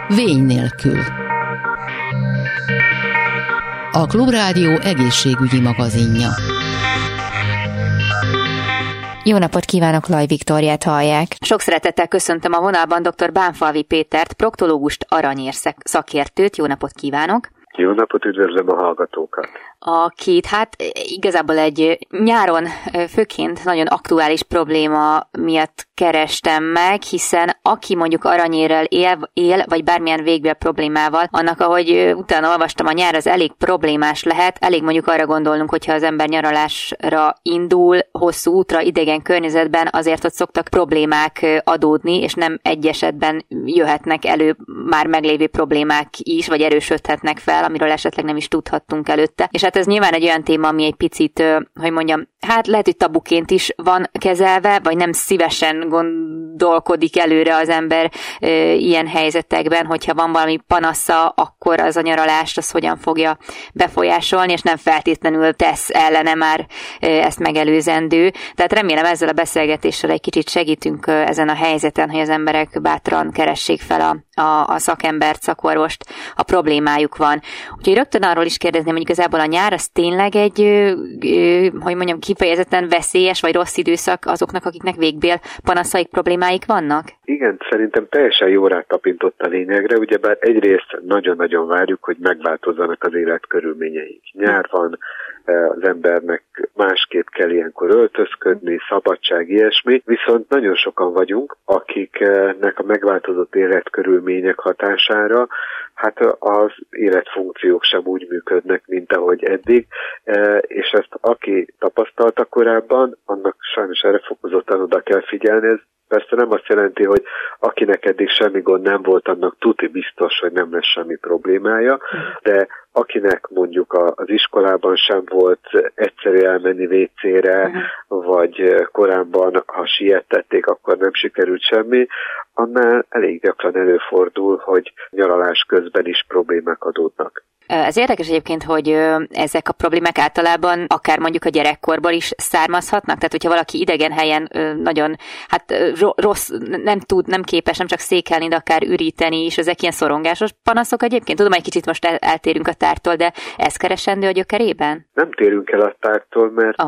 Vény nélkül. A Klubrádió egészségügyi magazinja. Jó napot kívánok, Laj Viktóriát hallják. Sok szeretettel köszöntöm a vonalban dr. Bánfalvi Pétert, proktológust, aranyér szakértőt. Jó napot kívánok! Jó napot, üdvözlöm a hallgatókat! Akit igazából egy nyáron főként nagyon aktuális probléma miatt kerestem meg, hiszen aki mondjuk aranyérrel él, vagy bármilyen végbél problémával, annak, ahogy utána olvastam, a nyár az elég problémás lehet, elég mondjuk arra gondolnunk, hogyha az ember nyaralásra indul, hosszú útra, idegen környezetben, azért ott szoktak problémák adódni, és nem egy esetben jöhetnek elő már meglévő problémák is, vagy erősödhetnek fel, amiről esetleg nem is tudhattunk előtte. És hát ez nyilván egy olyan téma, ami egy picit, hogy mondjam, hát lehet, hogy tabuként is van kezelve, vagy nem szívesen gondolkodik előre az ember ilyen helyzetekben, hogyha van valami panasza, akkor az a nyaralást az hogyan fogja befolyásolni, és nem feltétlenül tesz ellene már ezt megelőzendő. Tehát remélem ezzel a beszélgetéssel egy kicsit segítünk ezen a helyzeten, hogy az emberek bátran keressék fel a szakembert, szakorvost, ha problémájuk van. Úgyhogy rögtön arról is kérdezném, hogy igazából a nyár az tényleg egy, hogy mondjam, kifejezetten veszélyes vagy rossz időszak azoknak, akiknek végbél panaszaik, problémáik vannak? Igen, szerintem teljesen jól rátapintott a lényegre, ugyebár egyrészt nagyon-nagyon várjuk, hogy megváltozzanak az életkörülményeik. Nyár van, az embernek másképp kell ilyenkor öltözködni, szabadság, ilyesmi, viszont nagyon sokan vagyunk, akiknek a megváltozott életkörülmények hatására hát az életfunkciók sem úgy működnek, mint ahogy eddig, és ezt aki tapasztalta korábban, annak sajnos erre fokozottan oda kell figyelni. Ez persze nem azt jelenti, hogy akinek eddig semmi gond nem volt, annak tuti biztos, hogy nem lesz semmi problémája, de akinek mondjuk az iskolában sem volt egyszerű elmenni WC-re, vagy korábban, ha siettették, akkor nem sikerült semmi, annál elég gyakran előfordul, hogy nyaralás közben is problémák adódnak. Ez érdekes egyébként, hogy ezek a problémák általában akár mondjuk a gyerekkorból is származhatnak, tehát hogyha valaki idegen helyen nagyon rossz, nem képes, nem csak székelni, de akár üríteni is, ezek ilyen szorongásos panaszok egyébként. Tudom, egy kicsit most eltérünk a tártól, de ez keresendő a gyökerében? Nem térünk el a tártól, mert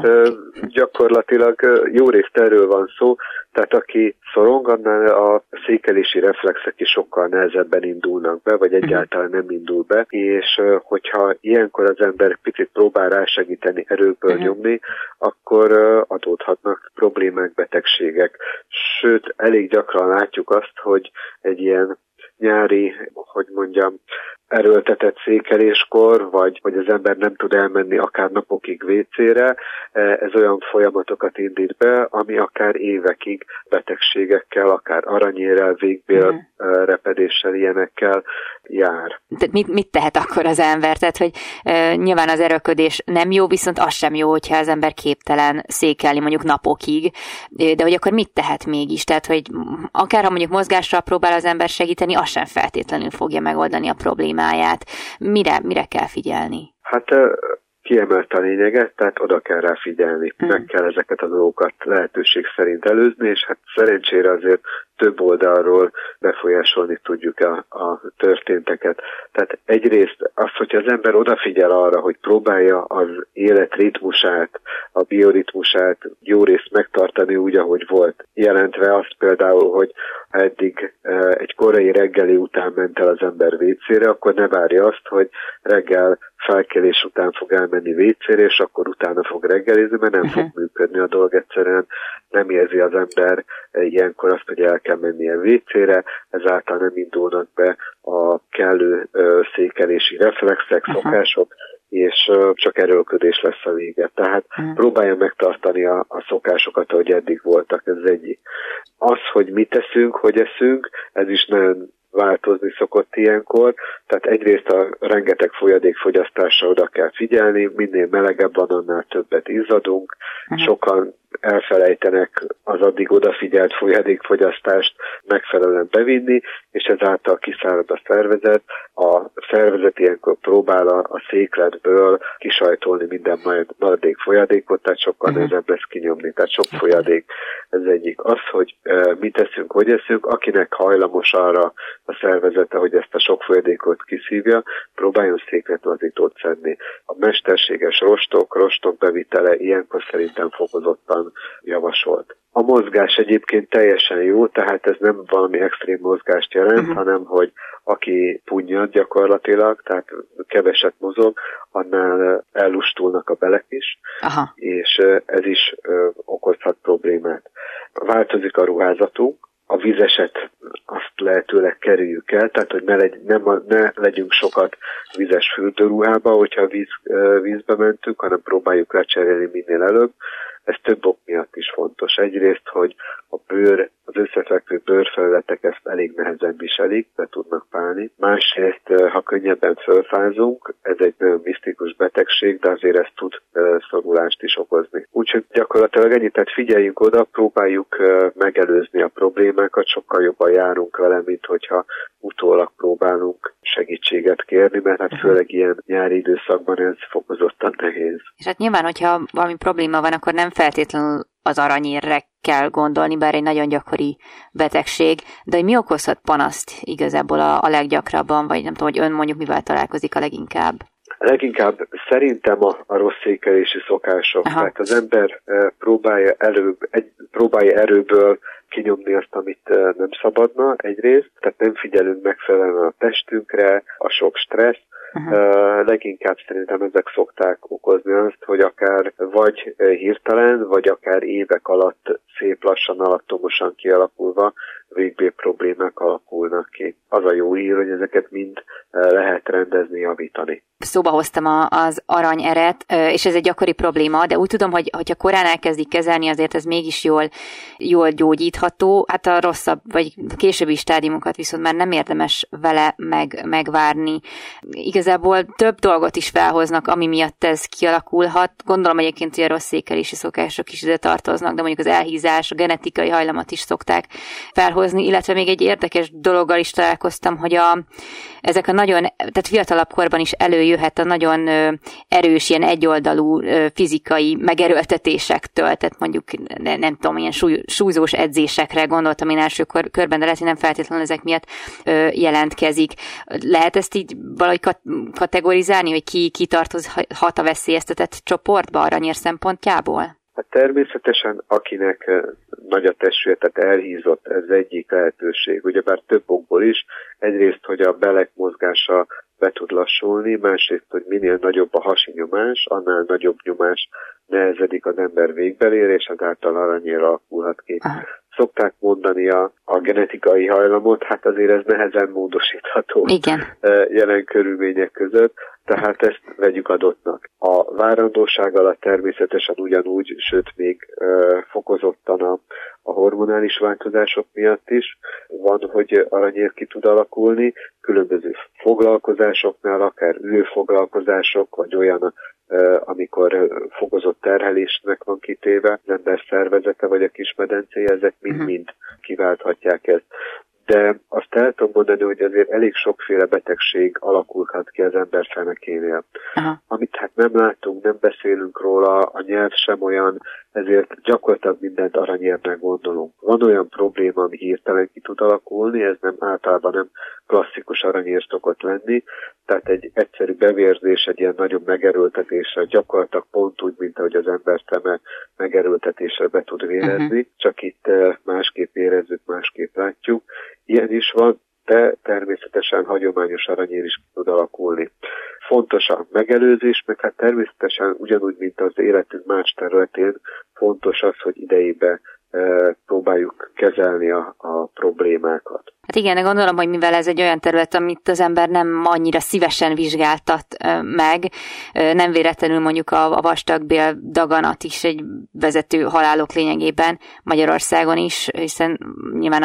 gyakorlatilag jó részt erről van szó, tehát aki szorong, annál a székelési reflexek is sokkal nehezebben indulnak be, vagy egyáltalán nem indul be, és hogyha ilyenkor az ember picit próbál rásegíteni, erőből nyomni, akkor adódhatnak problémák, betegségek. Sőt, elég gyakran látjuk azt, hogy egy ilyen nyári, hogy mondjam, erőltetett székeléskor, vagy az ember nem tud elmenni akár napokig WC-re, ez olyan folyamatokat indít be, ami akár évekig betegségekkel, akár aranyérrel, végbél repedéssel, ilyenekkel jár. Tehát mit tehet akkor az ember? Tehát, hogy nyilván az erőlködés nem jó, viszont az sem jó, hogyha az ember képtelen székelni mondjuk napokig, de hogy akkor mit tehet mégis? Tehát, hogy akár ha mondjuk mozgással próbál az ember segíteni, az sem feltétlenül fogja megoldani a problémát. Mire kell figyelni? Hát kiemelt a lényeget, tehát oda kell rá figyelni. Meg kell ezeket a dolgokat lehetőség szerint előzni, és hát szerencsére azért több oldalról befolyásolni tudjuk a történteket. Tehát egyrészt az, hogyha az ember odafigyel arra, hogy próbálja az élet ritmusát, a bioritmusát jó részt megtartani úgy, ahogy volt. Jelentve azt például, hogy ha eddig egy korai reggeli után ment el az ember WC-re, akkor ne várja azt, hogy reggel felkelés után fog elmenni WC-re, és akkor utána fog reggelizni, mert nem fog működni a dolog, egyszerűen nem érzi az ember ilyenkor azt, hogy el kell mennie WC-re, ezáltal nem indulnak be a kellő székelési reflexek, szokások, és csak erőlködés lesz a vége. Tehát próbálja megtartani a szokásokat, ahogy eddig voltak, ez egyik. Az, hogy mit teszünk, hogy eszünk, ez is nagyon változni szokott ilyenkor, tehát egyrészt a rengeteg folyadékfogyasztásra oda kell figyelni, minél melegebb van, annál többet izzadunk, sokan elfelejtenek az addig odafigyelt folyadékfogyasztást megfelelően bevinni, és ezáltal kiszárad a szervezet. A szervezet ilyenkor próbál a székletből kisajtolni minden maradék folyadékot, tehát sokkal nehezebb lesz kinyomni, tehát sok folyadék. Ez egyik. Az, hogy mit eszünk, hogy eszünk, akinek hajlamos arra, a szervezete, hogy ezt a sok folyadékot kiszívja, próbáljon székletvazítót szedni. A mesterséges rostok bevitele ilyenkor szerintem fokozottan javasolt. A mozgás egyébként teljesen jó, tehát ez nem valami extrém mozgást jelent, hanem hogy aki punnyad gyakorlatilag, tehát keveset mozog, annál ellustulnak a belek is, és ez is okozhat problémát. Változik a ruházatunk, a vízeset azt lehetőleg kerüljük el, tehát hogy ne legyünk sokat vízes fürdőruhába, hogyha vízbe mentünk, hanem próbáljuk lecserélni minél előbb. Ez több ok miatt is fontos. Egyrészt, hogy az összefekvő bőrfelületek ezt elég nehezen viselik, be tudnak pálni. Másrészt, ha könnyebben fölfázunk, ez egy nagyon misztikus betegség, de azért ez tud szorulást is okozni. Úgyhogy gyakorlatilag ennyit, tehát figyeljünk oda, próbáljuk megelőzni a problémákat, sokkal jobban járunk vele, mint hogyha utólag próbálunk segítséget kérni, mert hát főleg ilyen nyári időszakban ez fokozottan nehéz. És hát nyilván, hogyha valami probléma van, akkor nem feltétlenül az aranyérre kell gondolni, bár egy nagyon gyakori betegség, de hogy mi okozhat panaszt igazából a leggyakrabban, vagy nem tudom, hogy ön mondjuk mivel találkozik a leginkább? Leginkább szerintem a rossz ékelési szokások. Tehát az ember próbálja erőből kinyomni azt, amit nem szabadna egyrészt, tehát nem figyelünk megfelelően a testünkre, a sok stressz. Leginkább szerintem ezek szokták okozni azt, hogy akár vagy hirtelen, vagy akár évek alatt szép lassan, alattomosan kialakulva végbél problémák alakulnak ki. Az a jó hír, hogy ezeket mind lehet rendezni, javítani. Szóba hoztam az aranyeret, és ez egy gyakori probléma, de úgy tudom, hogy ha korán elkezdik kezelni, azért ez mégis jól gyógyítható. Hát a rosszabb, vagy későbbi stádiumokat viszont már nem érdemes vele megvárni. Igazából több dolgot is felhoznak, ami miatt ez kialakulhat. Gondolom egyébként, hogy a rossz ékelési szokások is ide tartoznak, de mondjuk az elhízás, a genetikai hajlamat is szokták felhozni, illetve még egy érdekes dologgal is találkoztam, hogy ezek a nagyon, tehát fiatalabb korban is előjöhet a nagyon erős, ilyen egyoldalú fizikai megerőltetésektől, tehát mondjuk nem tudom, ilyen súlyzós edzésekre gondoltam én első körben, de lehet, hogy nem feltétlenül ezek miatt jelentkezik. Lehet ezt így valahogy kategorizálni, hogy ki tartozhat a veszélyeztetett csoportba aranyér szempontjából? Hát természetesen, akinek nagy a testsúlya, tehát elhízott, ez egyik lehetőség. Ugyebár több okból is. Egyrészt, hogy a belek mozgása be tud lassulni, másrészt, hogy minél nagyobb a hasi nyomás, annál nagyobb nyomás nehezedik az ember végbelére, és ezáltal aranyér alakulhat ki. Szokták mondani a genetikai hajlamot, hát azért ez nehezen módosítható. Igen. Jelen körülmények között, tehát ezt vegyük adottnak. A várandóság alatt természetesen ugyanúgy, sőt még fokozottan a hormonális változások miatt is van, hogy aranyér ki tud alakulni, különböző foglalkozásoknál, akár ülőfoglalkozások, vagy olyan, amikor fokozott terhelésnek van kitéve az ember szervezete, vagy a kismedencéje, ezek mind-mind kiválthatják ezt. De azt el tudom mondani, hogy azért elég sokféle betegség alakulhat ki az ember fenekénél. Amit hát nem látunk, nem beszélünk róla, a nyelv sem olyan, ezért gyakorlatilag mindent aranyérnek gondolunk. Van olyan probléma, ami hirtelen ki tud alakulni, ez általában nem klasszikus aranyér szokott lenni, tehát egy egyszerű bevérzés, egy ilyen nagyobb megerőltetésre, gyakorlatilag pont úgy, mint ahogy az ember szeme megerőltetésre be tud vérezni, csak itt másképp érezzük, másképp látjuk. Ilyen is van, de természetesen hagyományos aranyér is tud alakulni. Fontos a megelőzés, meg hát természetesen ugyanúgy, mint az életünk más területén, fontos az, hogy idejében próbáljuk kezelni a problémákat. Hát igen, de gondolom, hogy mivel ez egy olyan terület, amit az ember nem annyira szívesen vizsgáltat meg, nem véletlenül mondjuk a vastagbél daganat is egy vezető halálok lényegében Magyarországon is, hiszen nyilván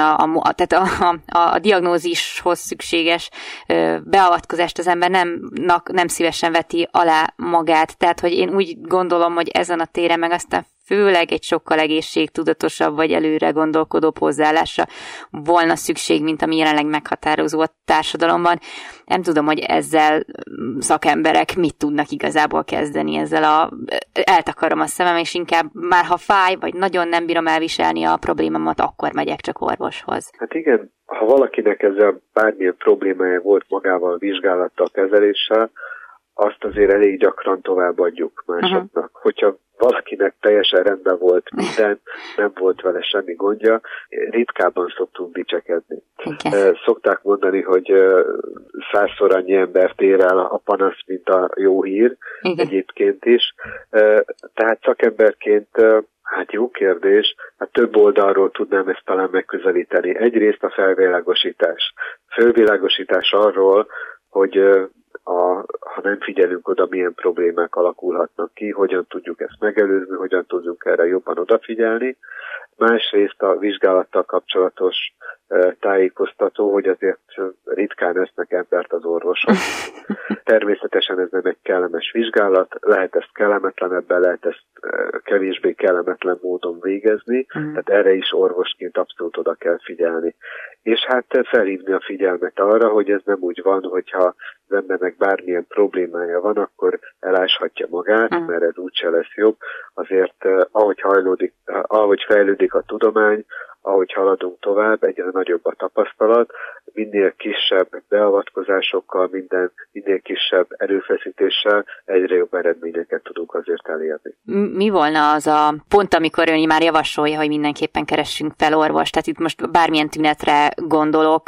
a diagnózishoz szükséges beavatkozást az ember nem szívesen veti alá magát. Tehát, hogy én úgy gondolom, hogy ezen a téren meg aztán főleg egy sokkal egészségtudatosabb vagy előre gondolkodóbb hozzáállásra volna szükség, mint ami jelenleg meghatározó a társadalomban. Nem tudom, hogy ezzel szakemberek mit tudnak igazából kezdeni, ezzel eltakarom a szemem, és inkább már ha fáj, vagy nagyon nem bírom elviselni a problémámat, akkor megyek csak orvoshoz. Hát igen, ha valakinek ezzel bármilyen problémája volt magával a vizsgálattal, kezeléssel, azt azért elég gyakran továbbadjuk másoknak. Hogyha valakinek teljesen rendben volt minden, nem volt vele semmi gondja, ritkábban szoktunk dicsekedni. Szokták mondani, hogy 100-szor annyi embert ér el a panasz, mint a jó hír, egyébként is. Tehát szakemberként, hát jó kérdés, hát több oldalról tudnám ezt talán megközelíteni. Egyrészt a felvilágosítás. Fölvilágosítás arról, hogy ha nem figyelünk oda, milyen problémák alakulhatnak ki, hogyan tudjuk ezt megelőzni, hogyan tudunk erre jobban odafigyelni. Másrészt a vizsgálattal kapcsolatos tájékoztató, hogy azért ritkán esznek embert az orvosok. Természetesen ez nem egy kellemes vizsgálat, lehet ezt kellemetlenebben, lehet ezt kevésbé kellemetlen módon végezni, tehát erre is orvosként abszolút oda kell figyelni. És hát felhívni a figyelmet arra, hogy ez nem úgy van, hogyha az embernek bármilyen problémája van, akkor eláshatja magát, mert ez úgyse lesz jobb. Azért ahogy fejlődik a tudomány, ahogy haladunk tovább, egyre nagyobb a tapasztalat, minél kisebb beavatkozásokkal, minél kisebb erőfeszítéssel egyre jobb eredményeket tudunk azért elérni. Mi volna az a pont, amikor ön már javasolja, hogy mindenképpen keressünk fel orvost? Tehát itt most bármilyen tünetre gondolok,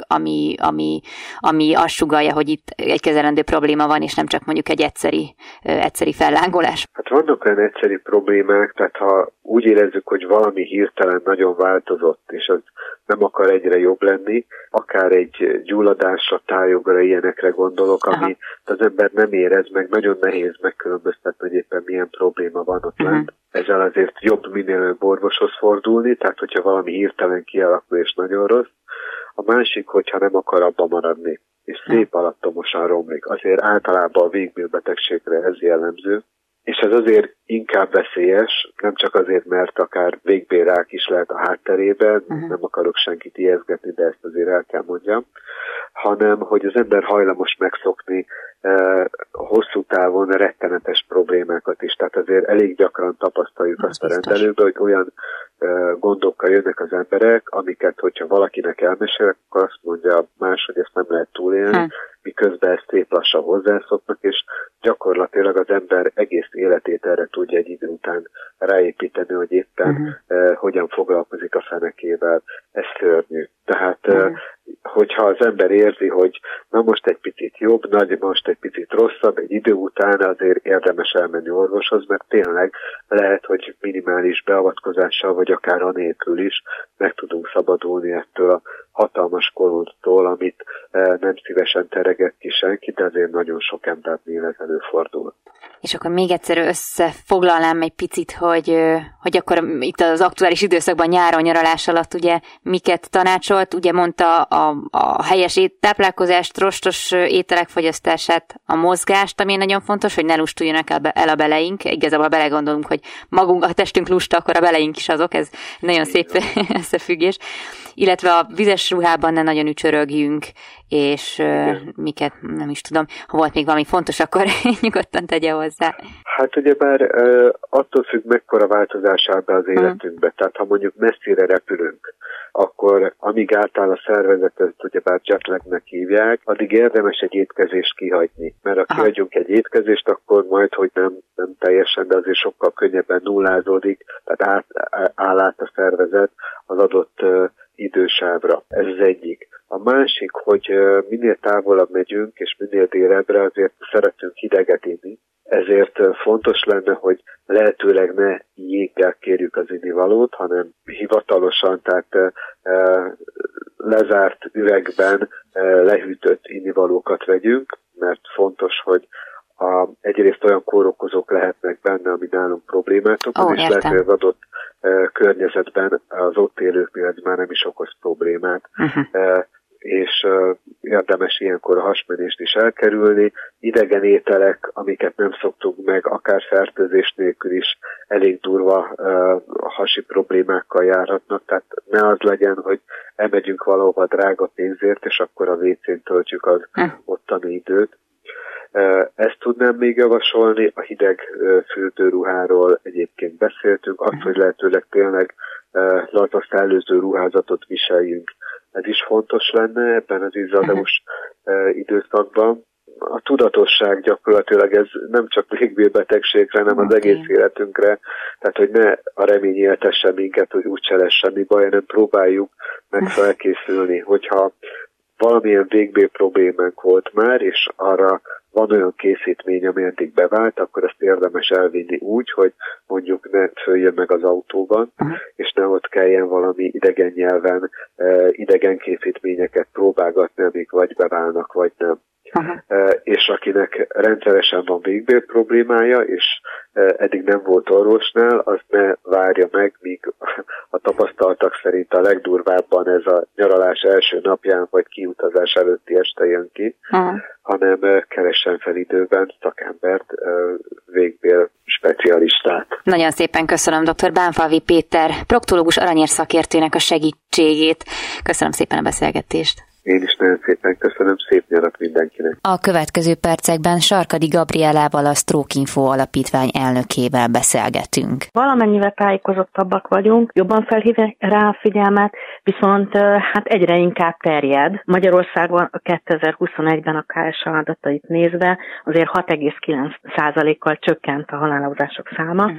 ami azt sugallja, hogy itt egy kezelendő probléma van, és nem csak mondjuk egy egyszeri fellángolás. Hát vannak olyan egyszeri problémák, tehát ha úgy érezzük, hogy valami hirtelen nagyon változott, és az nem akar egyre jobb lenni, akár egy gyulladásra, tájogra, ilyenekre gondolok, ami az ember nem érez meg, nagyon nehéz megkülönböztetni, hogy éppen milyen probléma van ott lent. Ezzel azért jobb minél előbb orvoshoz fordulni, tehát hogyha valami hirtelen kialakul és nagyon rossz. A másik, hogyha nem akar abba maradni, és szép alattomosan romlik. Azért általában a végbélbetegségre ez jellemző, és ez azért inkább veszélyes, nem csak azért, mert akár végbélrák is lehet a hátterében, nem akarok senkit ijeszgetni, de ezt azért el kell mondjam, hanem hogy az ember hajlamos megszokni hosszú távon rettenetes problémákat is. Tehát azért elég gyakran tapasztaljuk azt a rendelőben, hogy olyan gondokkal jönnek az emberek, amiket, hogyha valakinek elmesélek, akkor azt mondja más, hogy ezt nem lehet túlélni, miközben ezt szép lassan hozzászoknak, és gyakorlatilag az ember egész életét erre tudja egy idő után ráépíteni, hogy éppen hogyan foglalkozik a fenekével. Ez szörnyű. Tehát, hogyha az ember érzi, hogy na most egy picit jobb, most egy picit rosszabb, egy idő után azért érdemes elmenni orvoshoz, mert tényleg lehet, hogy minimális beavatkozással, vagy akár anélkül is meg tudunk szabadulni ettől a hatalmas kolódtól, amit nem szívesen tereget ki senki, de azért nagyon sok embernél ez előfordul. És akkor még egyszer összefoglalnám egy picit, hogy akkor itt az aktuális időszakban nyáron, nyaralás alatt ugye miket tanácsolt, ugye mondta a helyes táplálkozást, rostos ételek fogyasztását, a mozgást, ami nagyon fontos, hogy ne lustuljanak el a beleink, igazából belegondolunk, hogy magunk, a testünk lusta, akkor a beleink is azok, ez nagyon szép összefüggés, illetve a vizes ruhában ne nagyon ücsörögjünk, és miket, nem is tudom, ha volt még valami fontos, akkor nyugodtan tegye hozzá. Hát ugyebár attól függ, mekkora változás áll be az életünkbe. Tehát ha mondjuk messzire repülünk, akkor amíg átáll a szervezetet, ugyebár jetlagnek hívják, addig érdemes egy étkezést kihagyni. Mert ha kihagyunk egy étkezést, akkor majd, hogy nem teljesen, de azért sokkal könnyebben nullázódik, tehát áll át a szervezet az adott idősávra. Ez az egyik. A másik, hogy minél távolabb megyünk, és minél délebbre azért szeretünk hideget inni. Ezért fontos lenne, hogy lehetőleg ne jéggel kérjük az innivalót, hanem hivatalosan, tehát lezárt üvegben lehűtött innivalókat vegyünk, mert fontos, hogy egyrészt olyan kórokozók lehetnek benne, ami nálunk problémát okoz, és lehet, hogy az adott környezetben az ott élőknél ez már nem is okoz problémát. És érdemes ilyenkor a hasmenést is elkerülni. Idegen ételek, amiket nem szoktunk meg, akár fertőzés nélkül is elég durva hasi problémákkal járhatnak, tehát ne az legyen, hogy elmegyünk valahova drága pénzért, és akkor a WC-n töltjük az ottani időt. Ezt tudnám még javasolni, a hideg fürdőruháról egyébként beszéltünk, azt, hogy lehetőleg tényleg laza szellőző ruházatot viseljünk. Ez is fontos lenne ebben az izzadós időszakban. A tudatosság gyakorlatilag ez nem csak légbélbetegségre, hanem az egész életünkre, tehát hogy ne a remény éltesse minket, hogy úgyse lesz semmi baj, hanem próbáljuk meg felkészülni, hogyha valamilyen végbél problémánk volt már, és arra van olyan készítmény, ami eddig bevált, akkor ezt érdemes elvinni úgy, hogy mondjuk ne följön meg az autóban, és ne ott kelljen valami idegen nyelven, idegen készítményeket próbálgatni, amik vagy beválnak, vagy nem. És akinek rendszeresen van végbél problémája, és eddig nem volt orvosnál, az ne várja meg, míg a tapasztaltak szerint a legdurvábban ez a nyaralás első napján, vagy kiutazás előtti este jön ki, hanem keressen fel időben szakembert, végbél specialistát. Nagyon szépen köszönöm dr. Bánfalvi Péter, proktológus aranyér szakértőnek a segítségét. Köszönöm szépen a beszélgetést. Én is nagyon szépen köszönöm, szép nyarat mindenkinek. A következő percekben Sarkadi Gabrielával, a Stroke Info Alapítvány elnökével beszélgetünk. Valamennyivel tájékozottabbak vagyunk, jobban felhívják rá a figyelmet, viszont hát egyre inkább terjed. Magyarországon 2021-ben a KSA adatait nézve azért 6,9%-kal csökkent a halálozások száma.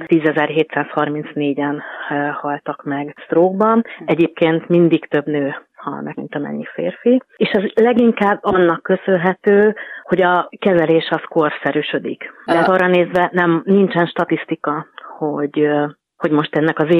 10.734-en haltak meg stroke-ban. Egyébként mindig több nő hal meg, mint amennyi férfi. És ez leginkább annak köszönhető, hogy a kezelés az korszerűsödik. Tehát arra nézve nincsen statisztika, hogy most ennek az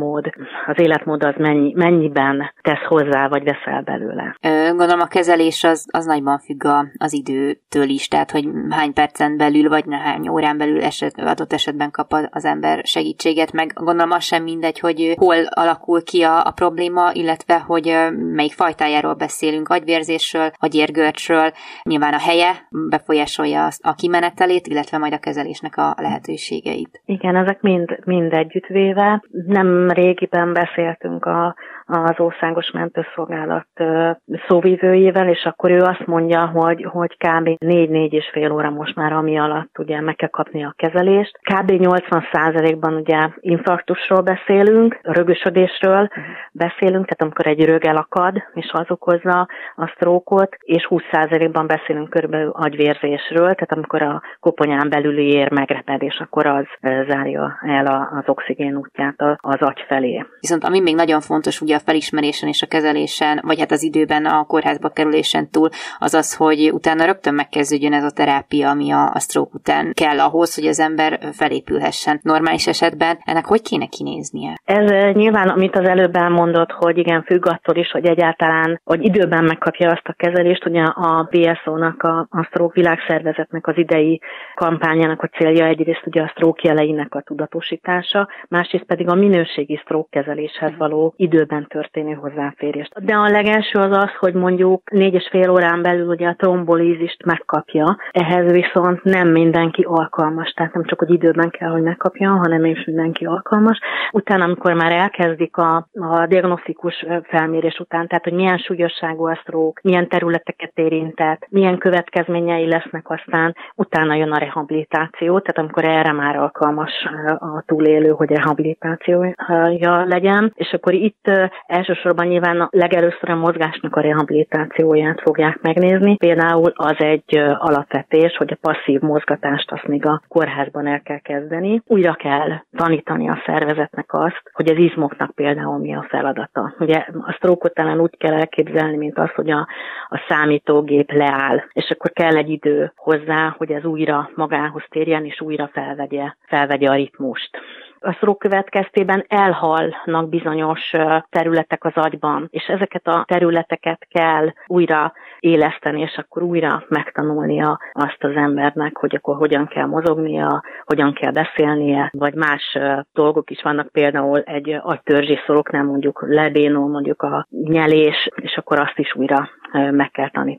életmód az mennyiben tesz hozzá, vagy veszel belőle. Gondolom a kezelés az nagyban függ az időtől is, tehát hogy hány percen belül, vagy hány órán belül adott esetben kap az ember segítséget, meg gondolom az sem mindegy, hogy hol alakul ki a probléma, illetve hogy melyik fajtájáról beszélünk, agyvérzésről, agyérgörcsről, nyilván a helye befolyásolja a kimenetelét, illetve majd a kezelésnek a lehetőségeit. Igen, ezek mind együtt véve. Nem régiben beszéltünk az Országos Mentőszolgálat szóvivőjével, és akkor ő azt mondja, hogy kb. 4-4,5 óra most már, ami alatt ugye meg kell kapni a kezelést. Kb. 80%-ban ugye infarktusról beszélünk, rögösödésről beszélünk, tehát amikor egy rög elakad, és az okozza a sztrókot, és 20%-ban beszélünk körülbelül agyvérzésről, tehát amikor a koponyán belüli ér megrepedés, akkor az zárja el az oxigén útját az agy felé. Viszont ami még nagyon fontos ugye a felismerésen és a kezelésen, vagy hát az időben a kórházba kerülésen túl, az, hogy utána rögtön megkezdődjön ez a terápia, ami a stroke után kell ahhoz, hogy az ember felépülhessen. Normális esetben ennek hogy kéne kinéznie? Ez nyilván, amit az előbb elmondott, hogy igen, függ attól is, hogy egyáltalán, hogy időben megkapja azt a kezelést, ugye a VSO-nak, a Stroke Világszervezetnek az idei kampányának a célja egyrészt ugye a stroke jeleinek a tudatosítása, másrészt pedig a minőségi stroke kezeléshez való időben történő hozzáférést. De a legelső az, hogy mondjuk 4,5 órán belül ugye a trombolízist megkapja, ehhez viszont nem mindenki alkalmas, tehát nem csak, hogy időben kell, hogy megkapja, hanem is mindenki alkalmas. Utána, amikor már elkezdik a diagnosztikus felmérés után, tehát hogy milyen súlyosságú a stroke, milyen területeket érintett, milyen következményei lesznek aztán, utána jön a rehabilitáció, tehát amikor erre már alkalmas a túlélő, hogy rehabilitációja legyen, és akkor itt elsősorban nyilván legelőször a mozgásnak a rehabilitációját fogják megnézni. Például az egy alapvetés, hogy a passzív mozgatást azt még a kórházban el kell kezdeni. Újra kell tanítani a szervezetnek azt, hogy az izmoknak például mi a feladata. Ugye a stroke-ot talán úgy kell elképzelni, mint az, hogy a számítógép leáll, és akkor kell egy idő hozzá, hogy ez újra magához térjen, és újra felvegye a ritmust. A stroke következtében elhalnak bizonyos területek az agyban, és ezeket a területeket kell újra éleszteni, és akkor újra megtanulnia azt az embernek, hogy akkor hogyan kell mozognia, hogyan kell beszélnie, vagy más dolgok is vannak, például egy agytörzsi szoroknál mondjuk lebénul mondjuk a nyelés, és akkor azt is újra meg kell tanítani.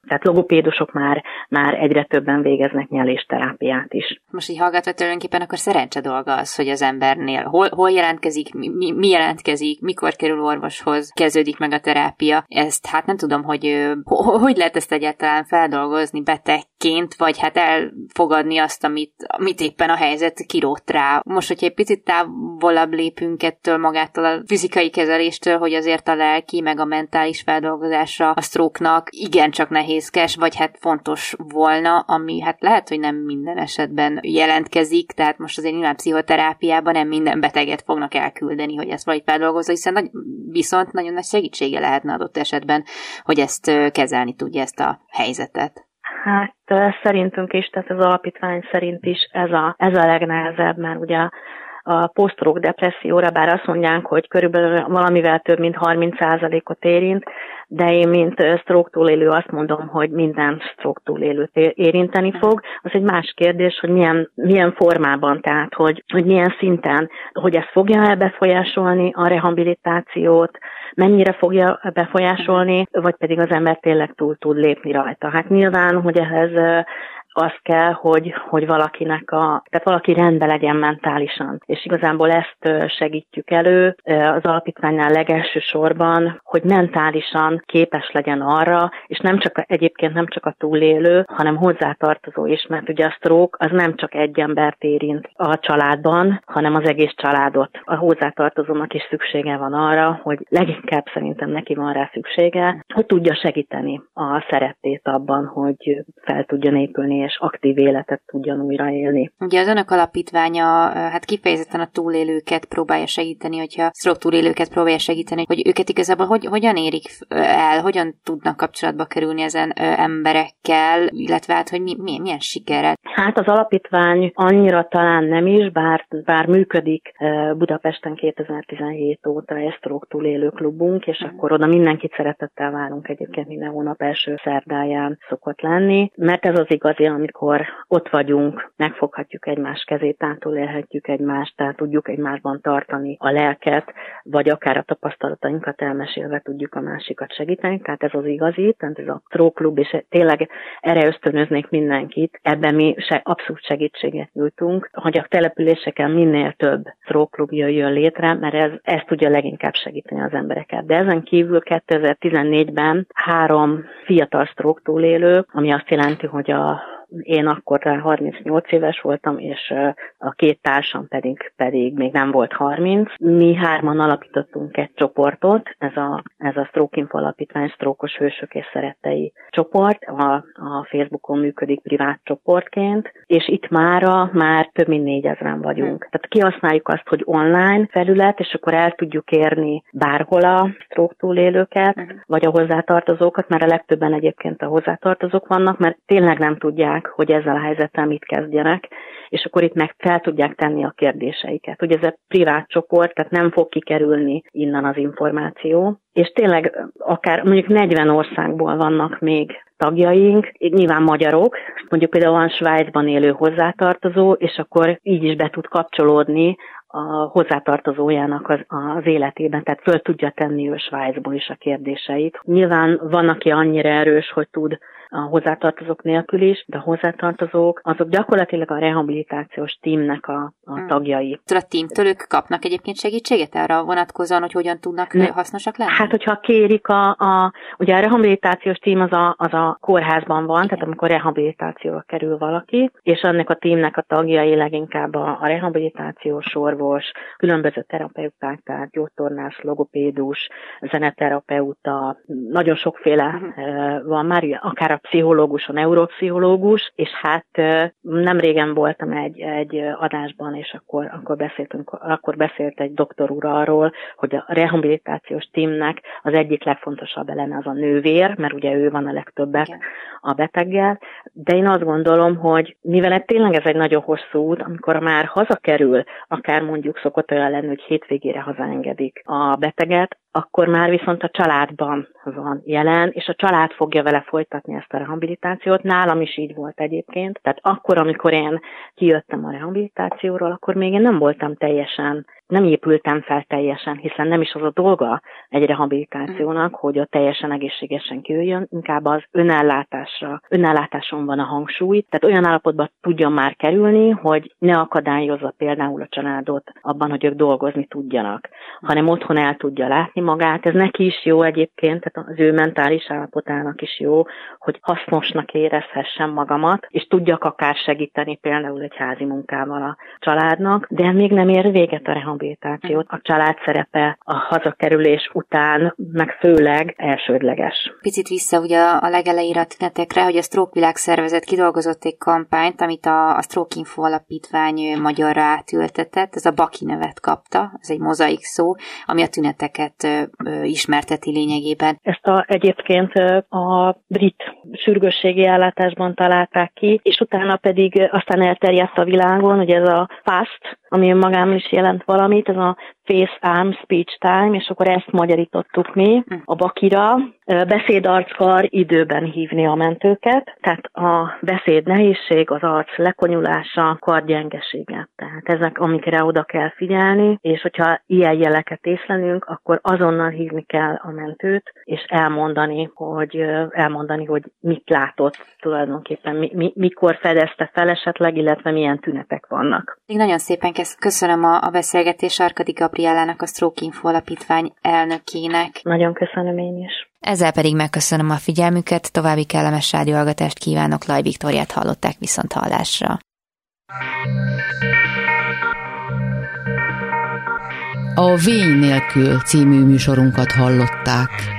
Tehát logopédusok már egyre többen végeznek nyelésterápiát is. Most így hallgatva tulajdonképpen akkor szerencse dolga az, hogy az embernél hol jelentkezik, mi jelentkezik, mikor kerül orvoshoz, kezdődik meg a terápia. Ezt hát nem tudom, hogy lehet ezt egyáltalán feldolgozni betegként, vagy hát elfogadni azt, amit éppen a helyzet kirótt rá. Most, hogyha egy picit távolabb lépünk ettől magától a fizikai kezeléstől, hogy azért a lelki, meg a mentális feldolgozása a stroke-nak igencsak nehézkes, vagy hát fontos volna, ami hát lehet, hogy nem minden esetben jelentkezik, tehát most azért nyilván pszichoterápiában nem minden beteget fognak elküldeni, hogy ezt valahogy feldolgozza, hiszen viszont nagyon nagy segítsége lehetne adott esetben, hogy ezt kezelni tudja, ezt a helyzetet. Hát szerintünk is, tehát az alapítvány szerint is ez a legnehezebb, mert ugye a post-stroke depresszióra, bár azt mondják, hogy körülbelül valamivel több mint 30%-ot érint, de én, mint stroke túlélő azt mondom, hogy minden stroke túlélőt érinteni fog. Az egy más kérdés, hogy milyen formában, tehát hogy milyen szinten, hogy ez fogja befolyásolni a rehabilitációt, mennyire fogja befolyásolni, vagy pedig az ember tényleg túl tud lépni rajta. Hát nyilván, hogy ehhez az kell, hogy tehát valaki rendben legyen mentálisan. És igazából ezt segítjük elő az alapítványnál legelső sorban, hogy mentálisan képes legyen arra, és egyébként nem csak a túlélő, hanem hozzátartozó is, mert ugye a stroke az nem csak egy embert érint a családban, hanem az egész családot. A hozzátartozónak is szüksége van arra, hogy leginkább szerintem neki van rá szüksége, hogy tudja segíteni a szerettét abban, hogy fel tudjon épülni és aktív életet tudjon újraélni. Ugye az önök alapítványa hát kifejezetten a túlélőket próbálja segíteni, hogyha stroke túlélőket próbálja segíteni, hogy őket igazából hogyan érik el, hogyan tudnak kapcsolatba kerülni ezen emberekkel, illetve hát, hogy milyen sikerrel? Hát az alapítvány annyira talán nem is, bár működik Budapesten 2017 óta egy stroke túlélő klubunk, és akkor oda mindenkit szeretettel várunk, egyébként minden hónap első szerdáján szokott lenni, mert ez az igazi, amikor ott vagyunk, megfoghatjuk egymás kezét, átulélhetjük egymást, tehát tudjuk egymásban tartani a lelket, vagy akár a tapasztalatainkat elmesélve tudjuk a másikat segíteni, tehát ez az igazi, tehát ez a stroke klub, és tényleg erre ösztönöznék mindenkit, ebben mi abszolút segítséget nyújtunk, hogy a településeken minél több stroke klub jöjjön létre, mert ez tudja leginkább segíteni az embereket. De ezen kívül 2014-ben 3 fiatal stroke túlélő, ami azt jelenti, hogy én akkor 38 éves voltam, és a 2 társam pedig még nem volt 30. Mi 3-an alapítottunk egy csoportot, ez a Stroke Info Alapítvány Stroke-os hősök és szerettei csoport, a Facebookon működik privát csoportként, és itt már több mint 4000-en vagyunk. Tehát kihasználjuk azt, hogy online felület, és akkor el tudjuk érni bárhol a stroke túlélőket, vagy a hozzátartozókat, mert a legtöbben egyébként a hozzátartozók vannak, mert tényleg nem tudják, hogy ezzel a helyzettel mit kezdjenek, és akkor itt meg fel tudják tenni a kérdéseiket. Ugye ez egy privát csoport, tehát nem fog kikerülni innen az információ, és tényleg akár mondjuk 40 országból vannak még tagjaink, nyilván magyarok, mondjuk például van Svájcban élő hozzátartozó, és akkor így is be tud kapcsolódni a hozzátartozójának az életében, tehát föl tudja tenni ő Svájcból is a kérdéseit. Nyilván van, aki annyira erős, hogy tud a hozzátartozók nélkül is, de a hozzátartozók azok gyakorlatilag a rehabilitációs tímnek a tagjai. A tímtől ők kapnak egyébként segítséget arra vonatkozóan, hogy hogyan tudnak hasznosak lenni? Hát, hogyha kérik ugye a rehabilitációs tím az a kórházban van, tehát amikor rehabilitációra kerül valaki, és annak a tímnek a tagjai leginkább a rehabilitációs orvos, különböző terapeuták, tehát gyógytornász, logopédus, zeneterapeuta, nagyon sokféle van már, akár a pszichológus, a neuropszichológus, és hát nem régen voltam egy adásban, és akkor beszélt egy doktor úr arról, hogy a rehabilitációs tímnek az egyik legfontosabb eleme az a nővér, mert ugye ő van a legtöbbet a beteggel, de én azt gondolom, hogy mivel tényleg ez egy nagyon hosszú út, amikor már hazakerül, akár mondjuk szokott olyan lenni, hogy hétvégére hazaengedik a beteget, akkor már viszont a családban van jelen, és a család fogja vele folytatni ezt a rehabilitációt. Nálam is így volt egyébként. Tehát akkor, amikor én kijöttem a rehabilitációról, akkor még én nem voltam teljesen nem épültem fel teljesen, hiszen nem is az a dolga egy rehabilitációnak, hogy a teljesen egészségesen kijöjjön, inkább az önellátáson van a hangsúly, tehát olyan állapotban tudjon már kerülni, hogy ne akadályozza például a családot abban, hogy ők dolgozni tudjanak, hanem otthon el tudja látni magát. Ez neki is jó egyébként, tehát az ő mentális állapotának is jó, hogy hasznosnak érezhessen magamat, és tudjak akár segíteni például egy házi munkával a családnak, de még nem ér véget a rehabilitációt. A család szerepe a hazakerülés után, meg főleg elsődleges. Picit vissza ugye a legelejére a tünetekre, hogy a Stroke Világszervezet kidolgozott egy kampányt, amit a Stroke Info Alapítvány magyarra átültetett, ez a Baki nevet kapta, ez egy mozaik szó, ami a tüneteket ismerteti lényegében. Ezt egyébként a brit sürgősségi ellátásban találták ki, és utána pedig aztán elterjedt a világon, hogy ez a FAST, ami önmagában is jelent valamit, ez a Face, Arm, Speech Time, és akkor ezt magyarítottuk mi a Bakira. Beszédarckar, időben hívni a mentőket, tehát a beszéd nehézség, az arc lekonyulása, kargyengesége. Tehát ezek, amikre oda kell figyelni, és hogyha ilyen jeleket észlelünk, akkor azonnal hívni kell a mentőt, és elmondani, hogy mit látott tulajdonképpen, mikor fedezte fel esetleg, illetve milyen tünetek vannak. Még nagyon szépen köszönöm a beszélgetést Sarkadi Gabriellának, a Stroke Info Alapítvány elnökének. Nagyon köszönöm én is. Ezzel pedig megköszönöm a figyelmüket, további kellemes rádióhallgatást kívánok, Laj Viktóriát hallották, viszont hallásra. A Vény nélkül című műsorunkat hallották.